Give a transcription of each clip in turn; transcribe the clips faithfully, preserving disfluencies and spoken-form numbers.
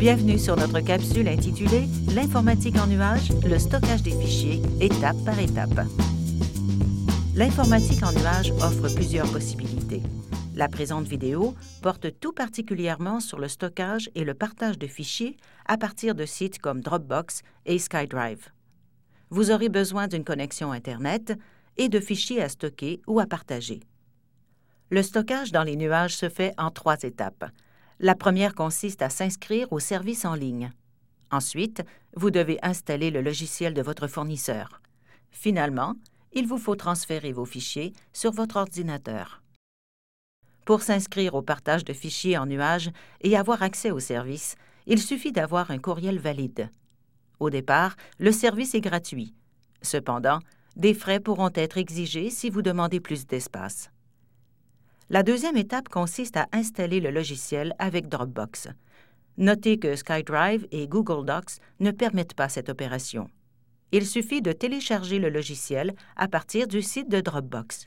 Bienvenue sur notre capsule intitulée « L'informatique en nuage, le stockage des fichiers, étape par étape ». L'informatique en nuage offre plusieurs possibilités. La présente vidéo porte tout particulièrement sur le stockage et le partage de fichiers à partir de sites comme Dropbox et SkyDrive. Vous aurez besoin d'une connexion Internet et de fichiers à stocker ou à partager. Le stockage dans les nuages se fait en trois étapes. La première consiste à s'inscrire au service en ligne. Ensuite, vous devez installer le logiciel de votre fournisseur. Finalement, il vous faut transférer vos fichiers sur votre ordinateur. Pour s'inscrire au partage de fichiers en nuage et avoir accès au service, il suffit d'avoir un courriel valide. Au départ, le service est gratuit. Cependant, des frais pourront être exigés si vous demandez plus d'espace. La deuxième étape consiste à installer le logiciel avec Dropbox. Notez que SkyDrive et Google Docs ne permettent pas cette opération. Il suffit de télécharger le logiciel à partir du site de Dropbox.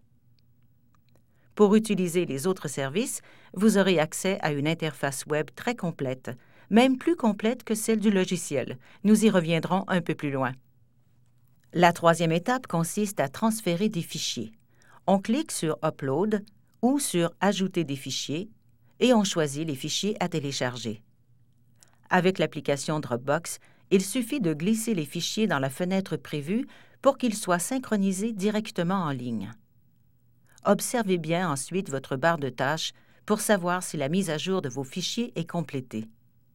Pour utiliser les autres services, vous aurez accès à une interface web très complète, même plus complète que celle du logiciel. Nous y reviendrons un peu plus loin. La troisième étape consiste à transférer des fichiers. On clique sur « Upload » ou sur « Ajouter des fichiers » et on choisit les fichiers à télécharger. Avec l'application Dropbox, il suffit de glisser les fichiers dans la fenêtre prévue pour qu'ils soient synchronisés directement en ligne. Observez bien ensuite votre barre de tâches pour savoir si la mise à jour de vos fichiers est complétée.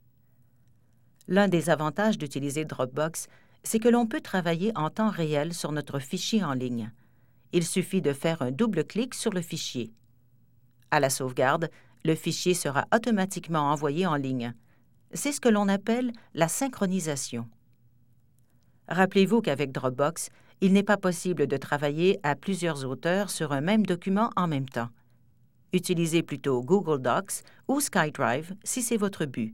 L'un des avantages d'utiliser Dropbox, c'est que l'on peut travailler en temps réel sur notre fichier en ligne. Il suffit de faire un double clic sur le fichier. À la sauvegarde, le fichier sera automatiquement envoyé en ligne. C'est ce que l'on appelle la synchronisation. Rappelez-vous qu'avec Dropbox, il n'est pas possible de travailler à plusieurs auteurs sur un même document en même temps. Utilisez plutôt Google Docs ou SkyDrive si c'est votre but.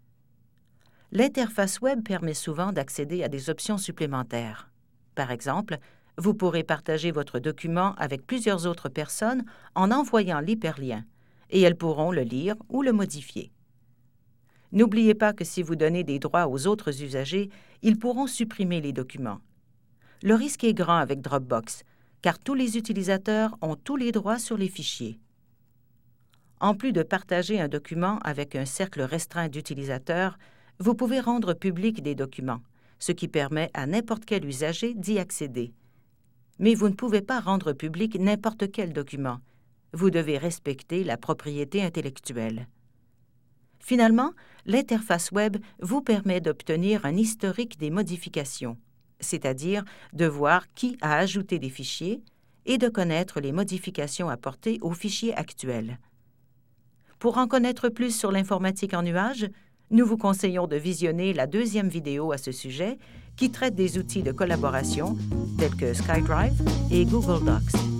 L'interface web permet souvent d'accéder à des options supplémentaires. Par exemple, vous pourrez partager votre document avec plusieurs autres personnes en envoyant l'hyperlien, et elles pourront le lire ou le modifier. N'oubliez pas que si vous donnez des droits aux autres usagers, ils pourront supprimer les documents. Le risque est grand avec Dropbox, car tous les utilisateurs ont tous les droits sur les fichiers. En plus de partager un document avec un cercle restreint d'utilisateurs, vous pouvez rendre public des documents, ce qui permet à n'importe quel usager d'y accéder. Mais vous ne pouvez pas rendre public n'importe quel document. Vous devez respecter la propriété intellectuelle. Finalement, l'interface web vous permet d'obtenir un historique des modifications, c'est-à-dire de voir qui a ajouté des fichiers et de connaître les modifications apportées aux fichiers actuels. Pour en connaître plus sur l'informatique en nuage, nous vous conseillons de visionner la deuxième vidéo à ce sujet qui traite des outils de collaboration tels que SkyDrive et Google Docs.